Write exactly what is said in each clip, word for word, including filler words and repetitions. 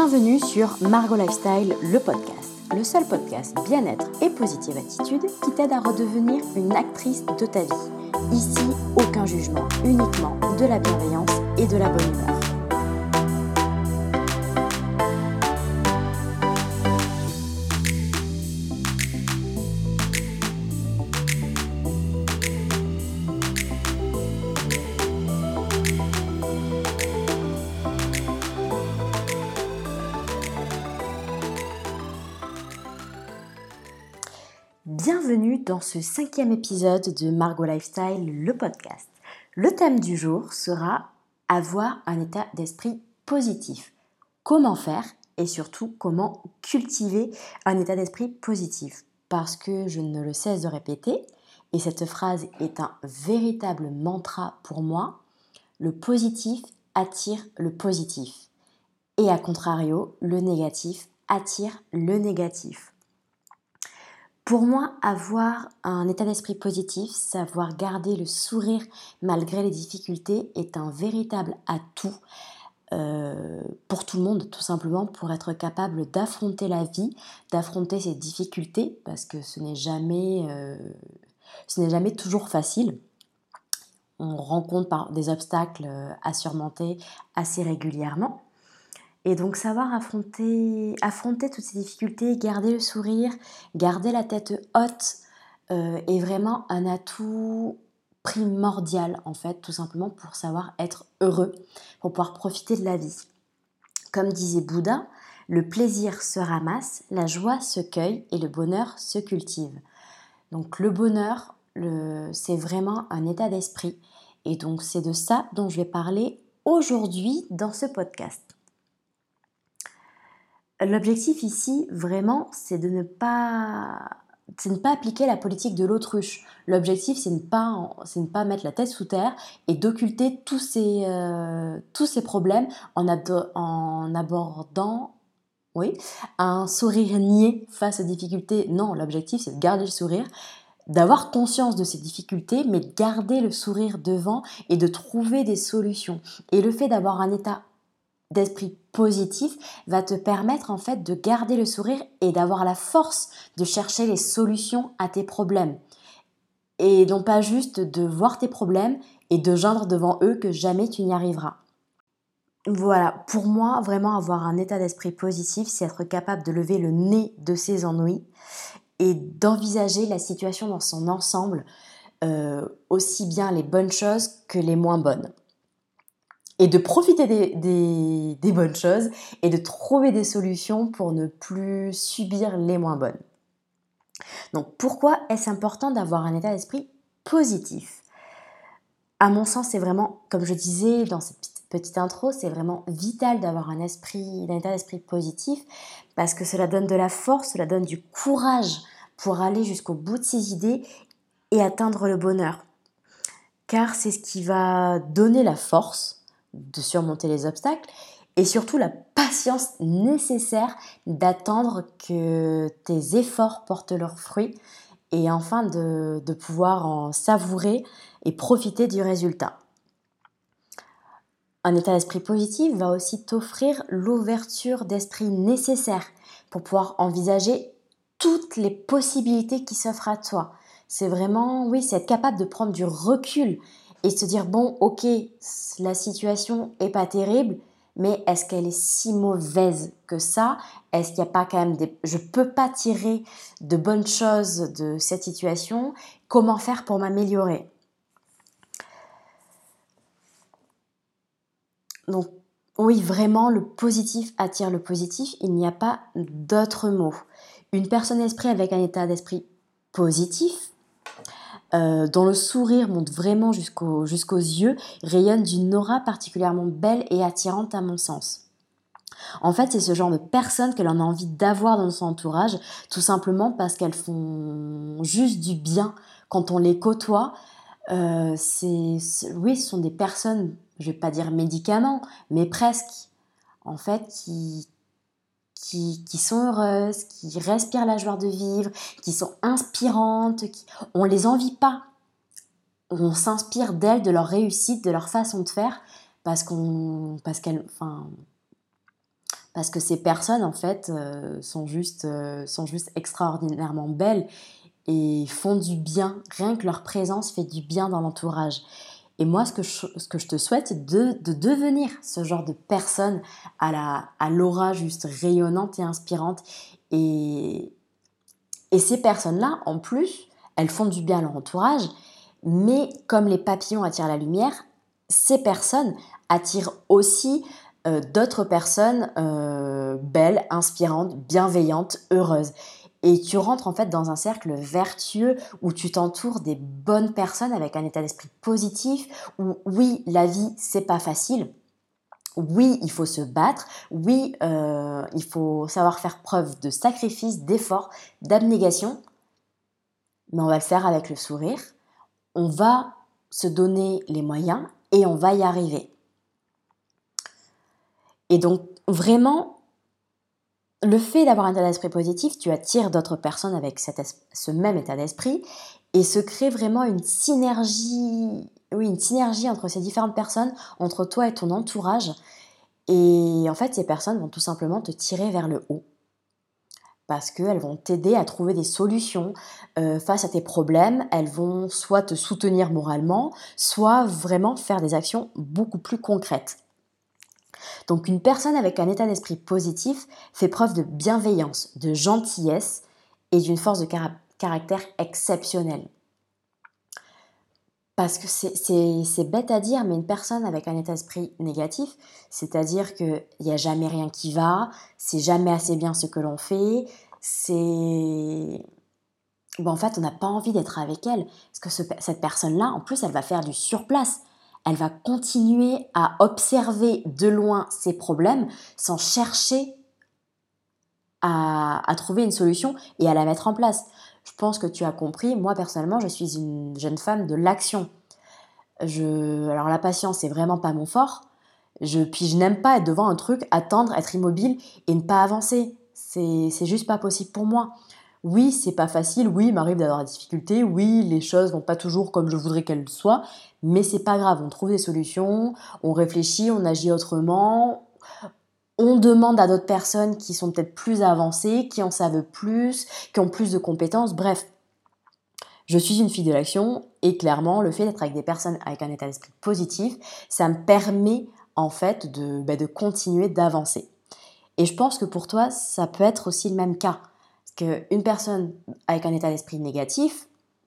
Bienvenue sur Margot Lifestyle, le podcast. Le seul podcast bien-être et positive attitude qui t'aide à redevenir une actrice de ta vie. Ici, aucun jugement, uniquement de la bienveillance et de la bonne humeur. Bienvenue dans ce cinquième épisode de Margot Lifestyle, le podcast. Le thème du jour sera avoir un état d'esprit positif. Comment faire et surtout comment cultiver un état d'esprit positif. Parce que je ne le cesse de répéter, et cette phrase est un véritable mantra pour moi, le positif attire le positif. Et à contrario, le négatif attire le négatif. Pour moi, avoir un état d'esprit positif, savoir garder le sourire malgré les difficultés est un véritable atout euh, pour tout le monde, tout simplement pour être capable d'affronter la vie, d'affronter ses difficultés, parce que ce n'est jamais, euh, ce n'est jamais toujours facile. On rencontre par des obstacles à surmonter assez régulièrement. Et donc savoir affronter, affronter toutes ces difficultés, garder le sourire, garder la tête haute euh, est vraiment un atout primordial en fait, tout simplement pour savoir être heureux, pour pouvoir profiter de la vie. Comme disait Bouddha, le plaisir se ramasse, la joie se cueille et le bonheur se cultive. Donc le bonheur, le, c'est vraiment un état d'esprit et donc c'est de ça dont je vais parler aujourd'hui dans ce podcast. L'objectif ici, vraiment, c'est de ne pas, c'est de ne pas appliquer la politique de l'autruche. L'objectif, c'est de ne pas, c'est de ne pas mettre la tête sous terre et d'occulter tous ces, euh, tous ces problèmes en, ado- en abordant oui, un sourire niais face aux difficultés. Non, l'objectif, c'est de garder le sourire, d'avoir conscience de ces difficultés, mais de garder le sourire devant et de trouver des solutions. Et le fait d'avoir un état d'esprit positif va te permettre en fait de garder le sourire et d'avoir la force de chercher les solutions à tes problèmes. Et non pas juste de voir tes problèmes et de geindre devant eux que jamais tu n'y arriveras. Voilà, pour moi, vraiment avoir un état d'esprit positif, c'est être capable de lever le nez de ses ennuis et d'envisager la situation dans son ensemble, euh, aussi bien les bonnes choses que les moins bonnes. Et de profiter des, des, des bonnes choses et de trouver des solutions pour ne plus subir les moins bonnes. Donc pourquoi est-ce important d'avoir un état d'esprit positif ? À mon sens, c'est vraiment, comme je disais dans cette petite, petite intro, c'est vraiment vital d'avoir un, esprit, un état d'esprit positif parce que cela donne de la force, cela donne du courage pour aller jusqu'au bout de ses idées et atteindre le bonheur. Car c'est ce qui va donner la force de surmonter les obstacles et surtout la patience nécessaire d'attendre que tes efforts portent leurs fruits et enfin de, de pouvoir en savourer et profiter du résultat. Un état d'esprit positif va aussi t'offrir l'ouverture d'esprit nécessaire pour pouvoir envisager toutes les possibilités qui s'offrent à toi. C'est vraiment, oui, c'est être capable de prendre du recul et se dire, bon, ok, la situation est pas terrible, mais est-ce qu'elle est si mauvaise que ça ? Est-ce qu'il n'y a pas quand même des... Je peux pas tirer de bonnes choses de cette situation. Comment faire pour m'améliorer ? Donc, oui, vraiment, le positif attire le positif. Il n'y a pas d'autre mot. Une personne d'esprit avec un état d'esprit positif, Euh, dont le sourire monte vraiment jusqu'au, jusqu'aux yeux, rayonne d'une aura particulièrement belle et attirante à mon sens. En fait, c'est ce genre de personnes que l'on a envie d'avoir dans son entourage, tout simplement parce qu'elles font juste du bien quand on les côtoie. Euh, c'est, c'est, oui, ce sont des personnes, je ne vais pas dire médicaments, mais presque, en fait, qui, Qui, qui sont heureuses, qui respirent la joie de vivre, qui sont inspirantes, qui... on ne les envie pas. On s'inspire d'elles, de leur réussite, de leur façon de faire, parce qu'on, parce qu'elles, enfin, Parce que ces personnes, en fait, euh, sont, juste, euh, sont juste extraordinairement belles et font du bien. Rien que leur présence fait du bien dans l'entourage. Et moi, ce que je, ce que je te souhaite, c'est de, de devenir ce genre de personne à, la, à l'aura juste rayonnante et inspirante. Et, et ces personnes-là, en plus, elles font du bien à leur entourage, mais comme les papillons attirent la lumière, ces personnes attirent aussi euh, d'autres personnes euh, belles, inspirantes, bienveillantes, heureuses. Et tu rentres en fait dans un cercle vertueux où tu t'entoures des bonnes personnes avec un état d'esprit positif, où oui, la vie, c'est pas facile. Oui, il faut se battre. Oui, euh, il faut savoir faire preuve de sacrifice, d'effort, d'abnégation. Mais on va le faire avec le sourire. On va se donner les moyens et on va y arriver. Et donc, vraiment, le fait d'avoir un état d'esprit positif, tu attires d'autres personnes avec cet es- ce même état d'esprit et se crée vraiment une synergie, oui, une synergie entre ces différentes personnes, entre toi et ton entourage. Et en fait, ces personnes vont tout simplement te tirer vers le haut parce qu'elles vont t'aider à trouver des solutions euh, face à tes problèmes. Elles vont soit te soutenir moralement, soit vraiment faire des actions beaucoup plus concrètes. Donc une personne avec un état d'esprit positif fait preuve de bienveillance, de gentillesse et d'une force de cara- caractère exceptionnelle. Parce que c'est, c'est, c'est bête à dire, mais une personne avec un état d'esprit négatif, c'est-à-dire qu'il n'y a jamais rien qui va, c'est jamais assez bien ce que l'on fait, c'est... Bon, en fait, on n'a pas envie d'être avec elle, parce que ce- cette personne-là, en plus, elle va faire du surplace. Elle va continuer à observer de loin ses problèmes sans chercher à, à trouver une solution et à la mettre en place. Je pense que tu as compris, moi personnellement, je suis une jeune femme de l'action. Je, alors la patience, c'est vraiment pas mon fort. Je, puis je n'aime pas être devant un truc, attendre, être immobile et ne pas avancer. C'est, c'est juste pas possible pour moi. Oui, c'est pas facile. Oui, il m'arrive d'avoir des difficultés. Oui, les choses vont pas toujours comme je voudrais qu'elles soient. Mais c'est pas grave. On trouve des solutions. On réfléchit. On agit autrement. On demande à d'autres personnes qui sont peut-être plus avancées, qui en savent plus, qui ont plus de compétences. Bref, je suis une fille de l'action et clairement, le fait d'être avec des personnes avec un état d'esprit positif, ça me permet en fait de, bah, de continuer d'avancer. Et je pense que pour toi, ça peut être aussi le même cas. Parce qu'une personne avec un état d'esprit négatif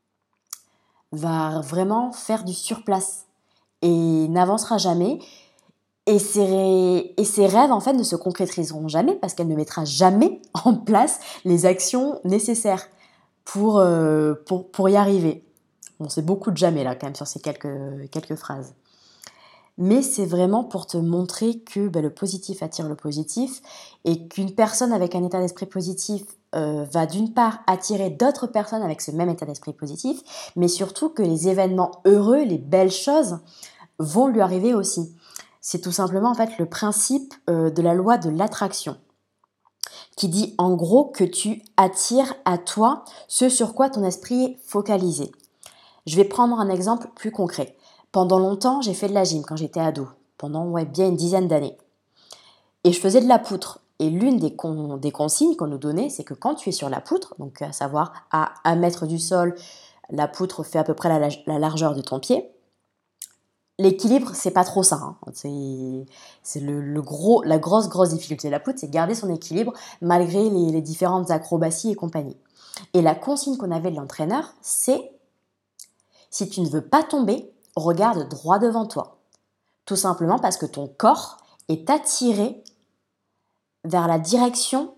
va vraiment faire du surplace et n'avancera jamais. Et ses, ré- et ses rêves, en fait, ne se concrétiseront jamais parce qu'elle ne mettra jamais en place les actions nécessaires pour, euh, pour, pour y arriver. Bon, c'est beaucoup de jamais, là, quand même, sur ces quelques, quelques phrases. Mais c'est vraiment pour te montrer que bah, le positif attire le positif et qu'une personne avec un état d'esprit positif euh, va d'une part attirer d'autres personnes avec ce même état d'esprit positif, mais surtout que les événements heureux, les belles choses vont lui arriver aussi. C'est tout simplement en fait le principe euh, de la loi de l'attraction qui dit en gros que tu attires à toi ce sur quoi ton esprit est focalisé. Je vais prendre un exemple plus concret. Pendant longtemps, j'ai fait de la gym quand j'étais ado, pendant ouais, bien une dizaine d'années. Et je faisais de la poutre. Et l'une des, con- des consignes qu'on nous donnait, c'est que quand tu es sur la poutre, donc à savoir à un mètre du sol, la poutre fait à peu près la, la largeur de ton pied. L'équilibre, c'est pas trop ça. Hein. C'est, c'est le, le gros, la grosse, grosse difficulté de la poutre, c'est garder son équilibre malgré les, les différentes acrobaties et compagnie. Et la consigne qu'on avait de l'entraîneur, c'est si tu ne veux pas tomber, regarde droit devant toi. Tout simplement parce que ton corps est attiré vers la direction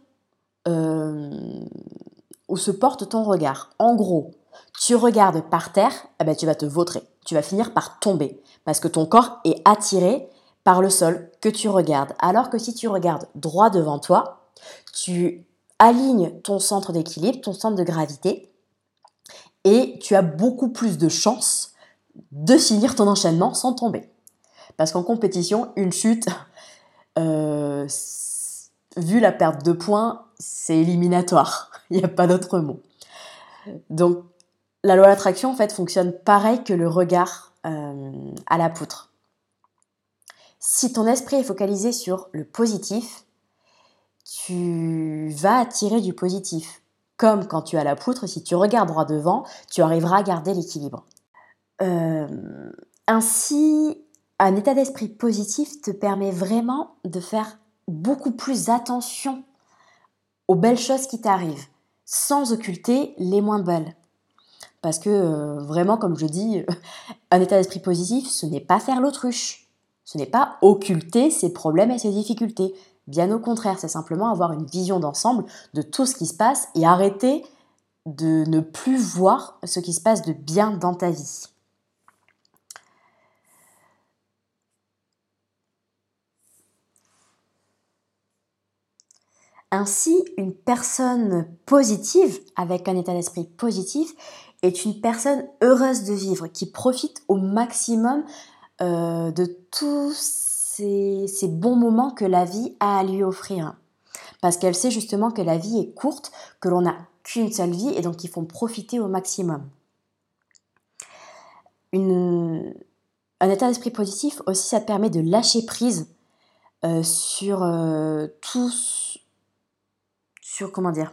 euh, où se porte ton regard. En gros, tu regardes par terre, eh ben, tu vas te vautrer. Tu vas finir par tomber parce que ton corps est attiré par le sol que tu regardes. Alors que si tu regardes droit devant toi, tu alignes ton centre d'équilibre, ton centre de gravité et tu as beaucoup plus de chances de finir ton enchaînement sans tomber. Parce qu'en compétition, une chute, euh, vu la perte de points, c'est éliminatoire. Il n'y a pas d'autre mot. Donc, la loi de l'attraction, en fait, fonctionne pareil que le regard euh, à la poutre. Si ton esprit est focalisé sur le positif, tu vas attirer du positif. Comme quand tu as la poutre, si tu regardes droit devant, tu arriveras à garder l'équilibre. Euh, ainsi, un état d'esprit positif te permet vraiment de faire beaucoup plus attention aux belles choses qui t'arrivent, sans occulter les moins belles. Parce que euh, vraiment, comme je dis, un état d'esprit positif, ce n'est pas faire l'autruche. Ce n'est pas occulter ses problèmes et ses difficultés. Bien au contraire, c'est simplement avoir une vision d'ensemble de tout ce qui se passe et arrêter de ne plus voir ce qui se passe de bien dans ta vie. Ainsi, une personne positive, avec un état d'esprit positif, est une personne heureuse de vivre, qui profite au maximum euh, de tous ces, ces bons moments que la vie a à lui offrir. Parce qu'elle sait justement que la vie est courte, que l'on n'a qu'une seule vie, et donc il faut profiter au maximum. Une, un état d'esprit positif aussi, ça te permet de lâcher prise euh, sur euh, tout... Sur, comment dire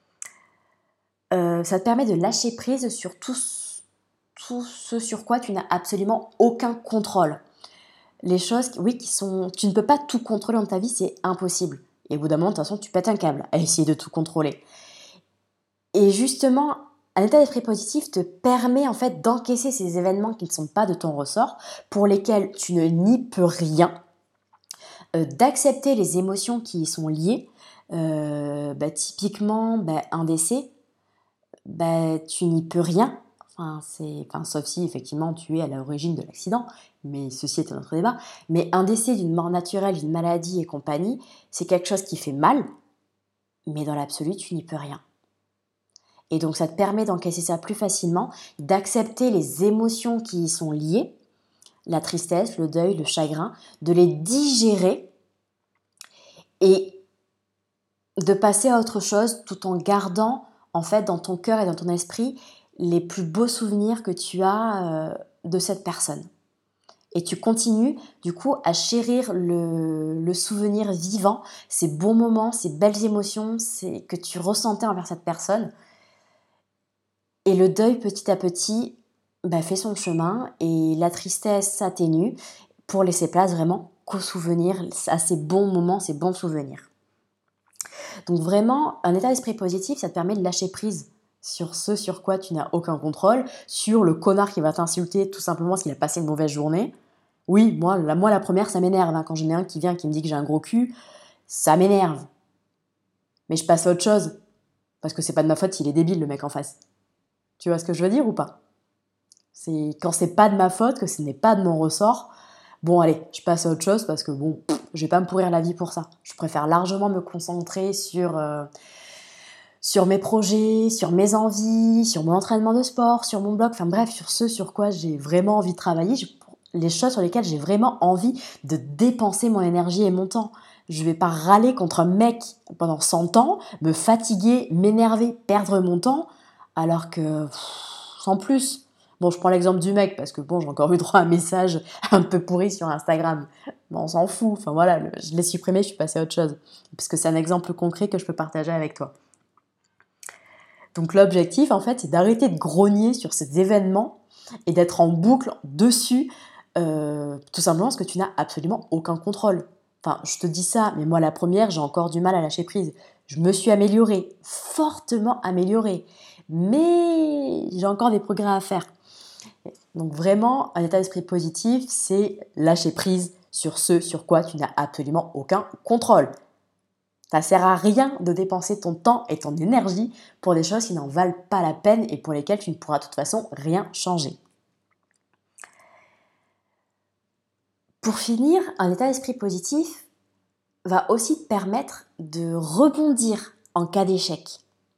Euh, ça te permet de lâcher prise sur tout, tout ce sur quoi tu n'as absolument aucun contrôle. Les choses, oui, qui sont... Tu ne peux pas tout contrôler dans ta vie, c'est impossible. Et au bout d'un moment, de toute façon, tu pètes un câble à essayer de tout contrôler. Et justement, un état d'esprit positif te permet en fait d'encaisser ces événements qui ne sont pas de ton ressort, pour lesquels tu ne n'y peux rien, euh, d'accepter les émotions qui y sont liées. Euh, bah, typiquement, bah, un décès, bah, tu n'y peux rien. Enfin, c'est, enfin, sauf si effectivement tu es à l'origine de l'accident, mais ceci est un autre débat. Mais un décès d'une mort naturelle, d'une maladie et compagnie, c'est quelque chose qui fait mal, mais dans l'absolu, tu n'y peux rien. Et donc ça te permet d'encaisser ça plus facilement, d'accepter les émotions qui y sont liées, la tristesse, le deuil, le chagrin, de les digérer et de passer à autre chose tout en gardant en fait dans ton cœur et dans ton esprit les plus beaux souvenirs que tu as euh, de cette personne. Et tu continues du coup à chérir le, le souvenir vivant, ces bons moments, ces belles émotions ces, que tu ressentais envers cette personne. Et le deuil petit à petit bah, fait son chemin et la tristesse s'atténue pour laisser place vraiment qu'aux souvenirs, à ces bons moments, ces bons souvenirs. Donc vraiment, un état d'esprit positif, ça te permet de lâcher prise sur ce sur quoi tu n'as aucun contrôle, sur le connard qui va t'insulter tout simplement parce qu'il a passé une mauvaise journée. Oui, moi la, moi, la première, ça m'énerve. Hein. Quand j'en ai un qui vient qui me dit que j'ai un gros cul, ça m'énerve. Mais je passe à autre chose. Parce que c'est pas de ma faute s'il est débile, le mec en face. Tu vois ce que je veux dire ou pas ? C'est quand c'est pas de ma faute, que ce n'est pas de mon ressort, bon allez, je passe à autre chose parce que bon, pff, je vais pas me pourrir la vie pour ça. Je préfère largement me concentrer sur, euh, sur mes projets, sur mes envies, sur mon entraînement de sport, sur mon blog, enfin bref, sur ce sur quoi j'ai vraiment envie de travailler, je- les choses sur lesquelles j'ai vraiment envie de dépenser mon énergie et mon temps. Je vais pas râler contre un mec pendant cent ans, me fatiguer, m'énerver, perdre mon temps, alors que, pff, sans plus. Bon, je prends l'exemple du mec parce que bon, j'ai encore eu droit à un message un peu pourri sur Instagram. Bon, on s'en fout. Enfin voilà, le- je l'ai supprimé, je suis passée à autre chose. Parce que c'est un exemple concret que je peux partager avec toi. Donc l'objectif, en fait, c'est d'arrêter de grogner sur ces événements et d'être en boucle dessus, euh, tout simplement parce que tu n'as absolument aucun contrôle. Enfin, je te dis ça, mais moi, la première, j'ai encore du mal à lâcher prise. Je me suis améliorée, fortement améliorée, mais j'ai encore des progrès à faire. Donc vraiment, un état d'esprit positif, c'est lâcher prise sur ce sur quoi tu n'as absolument aucun contrôle. Ça ne sert à rien de dépenser ton temps et ton énergie pour des choses qui n'en valent pas la peine et pour lesquelles tu ne pourras de toute façon rien changer. Pour finir, un état d'esprit positif va aussi te permettre de rebondir en cas d'échec.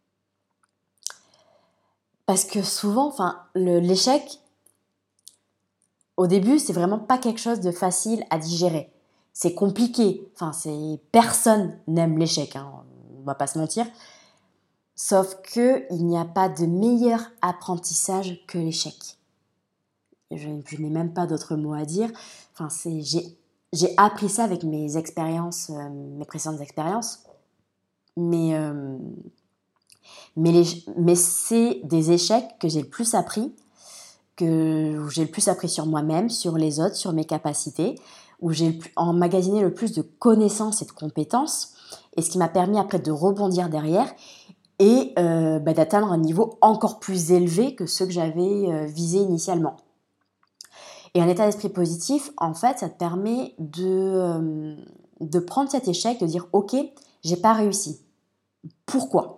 Parce que souvent, enfin, le, l'échec, au début, c'est vraiment pas quelque chose de facile à digérer. C'est compliqué. Enfin, c'est personne n'aime l'échec. Hein, on va pas se mentir. Sauf que il n'y a pas de meilleur apprentissage que l'échec. Je, je n'ai même pas d'autres mots à dire. Enfin, c'est, j'ai, j'ai appris ça avec mes expériences, euh, mes précédentes expériences. Mais, euh, mais, les, mais c'est des échecs que j'ai le plus appris, que où j'ai le plus appris sur moi-même, sur les autres, sur mes capacités, où j'ai le plus- emmagasiné le plus de connaissances et de compétences, et ce qui m'a permis après de rebondir derrière et euh, bah, d'atteindre un niveau encore plus élevé que ceux que j'avais euh, visés initialement. Et un état d'esprit positif, en fait, ça te permet de, euh, de prendre cet échec, de dire « Ok, j'ai pas réussi. Pourquoi ?»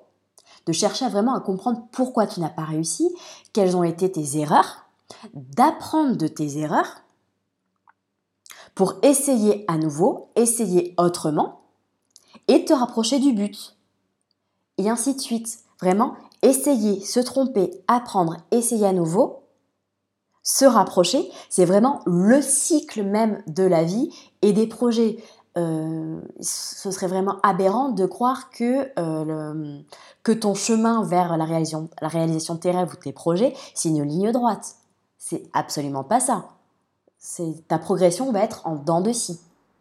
De chercher vraiment à comprendre pourquoi tu n'as pas réussi, quelles ont été tes erreurs, d'apprendre de tes erreurs pour essayer à nouveau, essayer autrement et te rapprocher du but. Et ainsi de suite. Vraiment, essayer, se tromper, apprendre, essayer à nouveau, se rapprocher, c'est vraiment le cycle même de la vie et des projets. Euh, ce serait vraiment aberrant de croire que, euh, le, que ton chemin vers la réalisation, la réalisation de tes rêves ou de tes projets, c'est une ligne droite. C'est absolument pas ça. C'est, ta progression va être en dents de scie.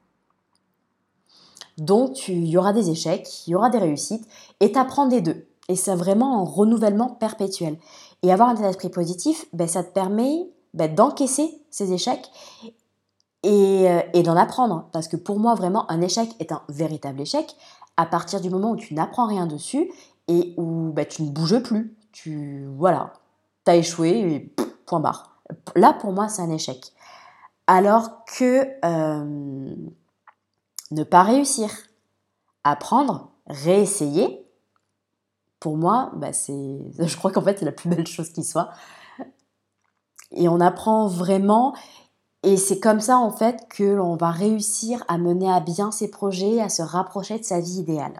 Donc, il y aura des échecs, il y aura des réussites, et t'apprends des deux. Et c'est vraiment un renouvellement perpétuel. Et avoir un état d'esprit positif, ben, ça te permet ben, d'encaisser ces échecs et, euh, et d'en apprendre. Parce que pour moi, vraiment, un échec est un véritable échec à partir du moment où tu n'apprends rien dessus et où ben, tu ne bouges plus. Tu, voilà, t'as échoué et pff, point barre. Là, pour moi, c'est un échec. Alors que euh, ne pas réussir, apprendre, réessayer, pour moi, bah c'est, je crois qu'en fait, c'est la plus belle chose qui soit. Et on apprend vraiment, et c'est comme ça, en fait, que l'on va réussir à mener à bien ses projets, à se rapprocher de sa vie idéale.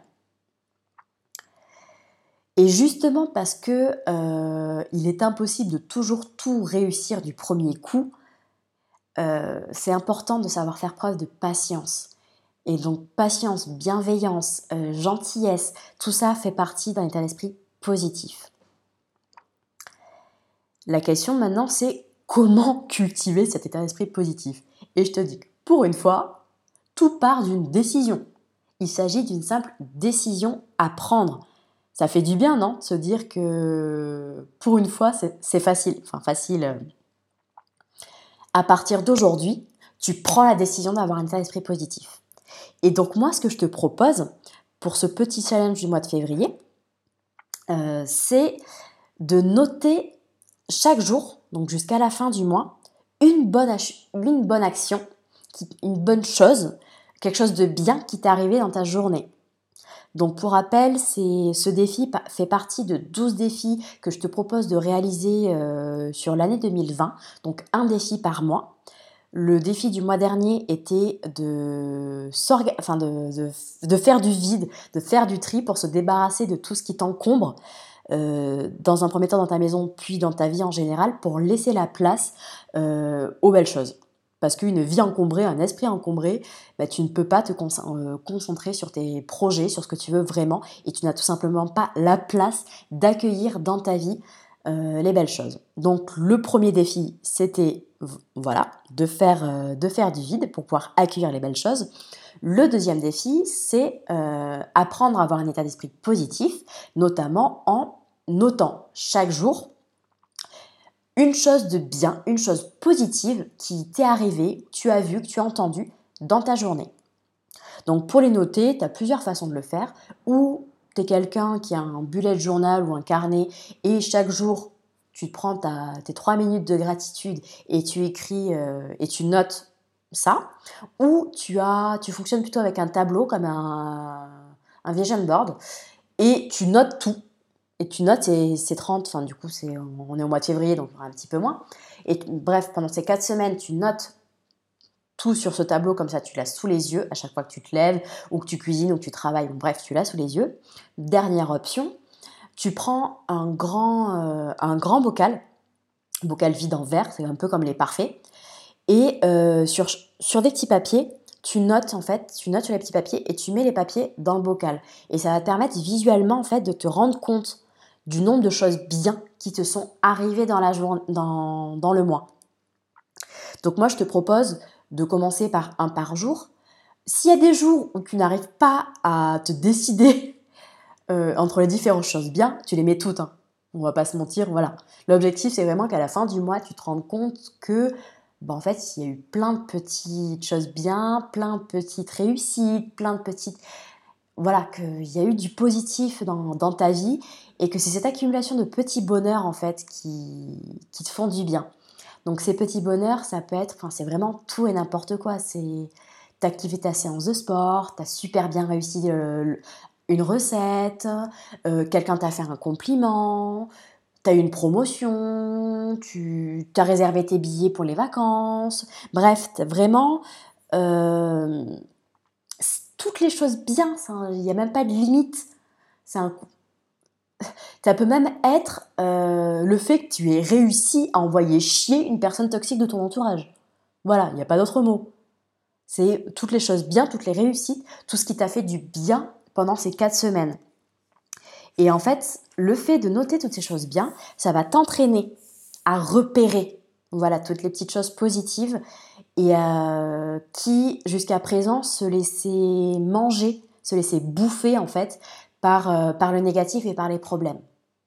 Et justement parce que euh, il est impossible de toujours tout réussir du premier coup, euh, c'est important de savoir faire preuve de patience. Et donc patience, bienveillance, euh, gentillesse, tout ça fait partie d'un état d'esprit positif. La question maintenant, c'est comment cultiver cet état d'esprit positif. Et je te dis que pour une fois, tout part d'une décision. Il s'agit d'une simple décision à prendre. Ça fait du bien, non? De se dire que pour une fois, c'est, c'est facile. Enfin, facile. euh, À partir d'aujourd'hui, tu prends la décision d'avoir un état d'esprit positif. Et donc moi, ce que je te propose pour ce petit challenge du mois de février, euh, c'est de noter chaque jour, donc jusqu'à la fin du mois, une bonne, ach- une bonne action, qui- une bonne chose, quelque chose de bien qui t'est arrivé dans ta journée. Donc pour rappel, c'est, ce défi pa- fait partie de douze défis que je te propose de réaliser euh, sur l'année deux mille vingt, donc un défi par mois. Le défi du mois dernier était de, s'orga- enfin de, de, de faire du vide, de faire du tri pour se débarrasser de tout ce qui t'encombre, euh, dans un premier temps dans ta maison, puis dans ta vie en général, pour laisser la place euh, aux belles choses. Parce qu'une vie encombrée, un esprit encombré, bah, tu ne peux pas te con- euh, concentrer sur tes projets, sur ce que tu veux vraiment, et tu n'as tout simplement pas la place d'accueillir dans ta vie euh, les belles choses. Donc le premier défi, c'était voilà, de faire, euh, de faire du vide pour pouvoir accueillir les belles choses. Le deuxième défi, c'est euh, apprendre à avoir un état d'esprit positif, notamment en notant chaque jour une chose de bien, une chose positive qui t'est arrivée, tu as vu, que tu as entendu dans ta journée. Donc pour les noter, tu as plusieurs façons de le faire, ou tu es quelqu'un qui a un bullet journal ou un carnet et chaque jour tu te prends ta, tes trois minutes de gratitude et tu écris euh, et tu notes ça, ou tu, as, tu fonctionnes plutôt avec un tableau comme un, un vision board et tu notes tout. Et tu notes ces, ces trente, enfin du coup c'est, on est au mois de février donc un petit peu moins. Et bref, pendant ces quatre semaines, tu notes tout sur ce tableau, comme ça tu l'as sous les yeux à chaque fois que tu te lèves ou que tu cuisines ou que tu travailles, bon, bref, tu l'as sous les yeux. Dernière option, tu prends un grand, euh, un grand bocal, bocal vide en verre, c'est un peu comme les parfaits, et euh, sur, sur des petits papiers, tu notes en fait, tu notes sur les petits papiers et tu mets les papiers dans le bocal. Et ça va te permettre visuellement en fait de te rendre compte du nombre de choses bien qui te sont arrivées dans, la journée, dans, dans le mois. Donc moi je te propose de commencer par un par jour. S'il y a des jours où tu n'arrives pas à te décider euh, entre les différentes choses bien, tu les mets toutes, hein. On va pas se mentir, voilà. L'objectif, c'est vraiment qu'à la fin du mois, tu te rendes compte que, bah, en fait, il y a eu plein de petites choses bien, plein de petites réussites, plein de petites... Voilà, qu'il y a eu du positif dans, dans ta vie et que c'est cette accumulation de petits bonheurs, en fait, qui, qui te font du bien. Donc, ces petits bonheurs, ça peut être... Enfin, c'est vraiment tout et n'importe quoi. C'est... T'as activé ta séance de sport, t'as super bien réussi euh, une recette, euh, quelqu'un t'a fait un compliment, t'as eu une promotion, tu as réservé tes billets pour les vacances. Bref, t'as vraiment euh, toutes les choses bien, il n'y a même pas de limite. C'est un... Ça peut même être euh, le fait que tu aies réussi à envoyer chier une personne toxique de ton entourage. Voilà, il n'y a pas d'autre mot. C'est toutes les choses bien, toutes les réussites, tout ce qui t'a fait du bien pendant ces quatre semaines. Et en fait, le fait de noter toutes ces choses bien, ça va t'entraîner à repérer, voilà, toutes les petites choses positives et euh, qui, jusqu'à présent, se laissaient manger, se laissaient bouffer, en fait, par, euh, par le négatif et par les problèmes.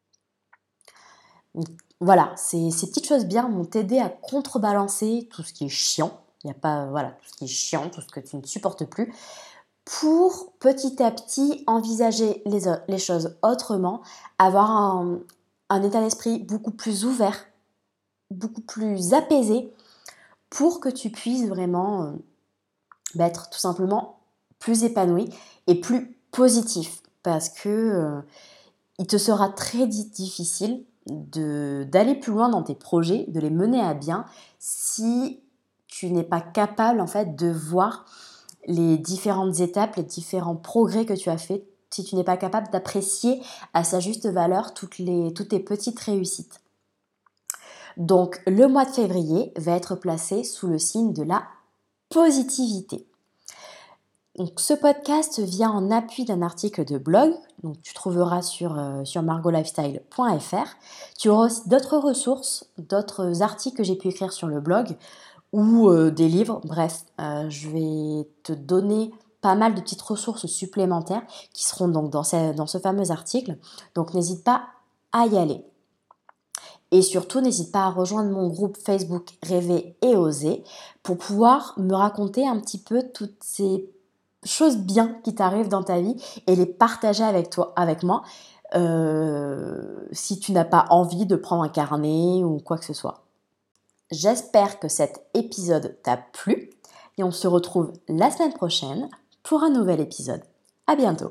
Donc, voilà, ces, ces petites choses bien vont t'aider à contrebalancer tout ce qui est chiant. Il n'y a pas, voilà, tout ce qui est chiant, tout ce que tu ne supportes plus, pour petit à petit envisager les, les choses autrement, avoir un, un état d'esprit beaucoup plus ouvert, beaucoup plus apaisé, pour que tu puisses vraiment euh, bah, être tout simplement plus épanoui et plus positif. Parce que euh, il te sera très difficile de, d'aller plus loin dans tes projets, de les mener à bien, si tu n'es pas capable en fait de voir les différentes étapes, les différents progrès que tu as faits, si tu n'es pas capable d'apprécier à sa juste valeur toutes, les, toutes tes petites réussites. Donc, le mois de février va être placé sous le signe de la positivité. Donc, ce podcast vient en appui d'un article de blog, donc tu trouveras sur, euh, sur margot lifestyle point f r. Tu auras aussi d'autres ressources, d'autres articles que j'ai pu écrire sur le blog, ou euh, des livres, bref, euh, je vais te donner pas mal de petites ressources supplémentaires qui seront donc dans ce, dans ce fameux article, donc n'hésite pas à y aller. Et surtout, n'hésite pas à rejoindre mon groupe Facebook Rêver et Oser pour pouvoir me raconter un petit peu toutes ces choses bien qui t'arrivent dans ta vie et les partager avec toi, avec moi, euh, si tu n'as pas envie de prendre un carnet ou quoi que ce soit. J'espère que cet épisode t'a plu et on se retrouve la semaine prochaine pour un nouvel épisode. À bientôt.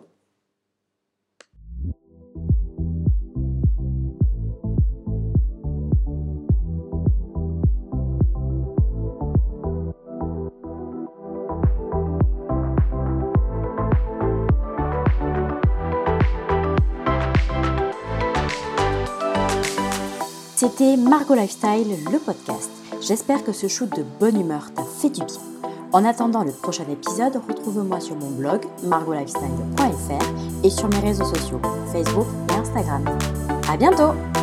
C'était Margot Lifestyle, le podcast. J'espère que ce shoot de bonne humeur t'a fait du bien. En attendant le prochain épisode, retrouve-moi sur mon blog margot lifestyle point f r et sur mes réseaux sociaux, Facebook et Instagram. À bientôt!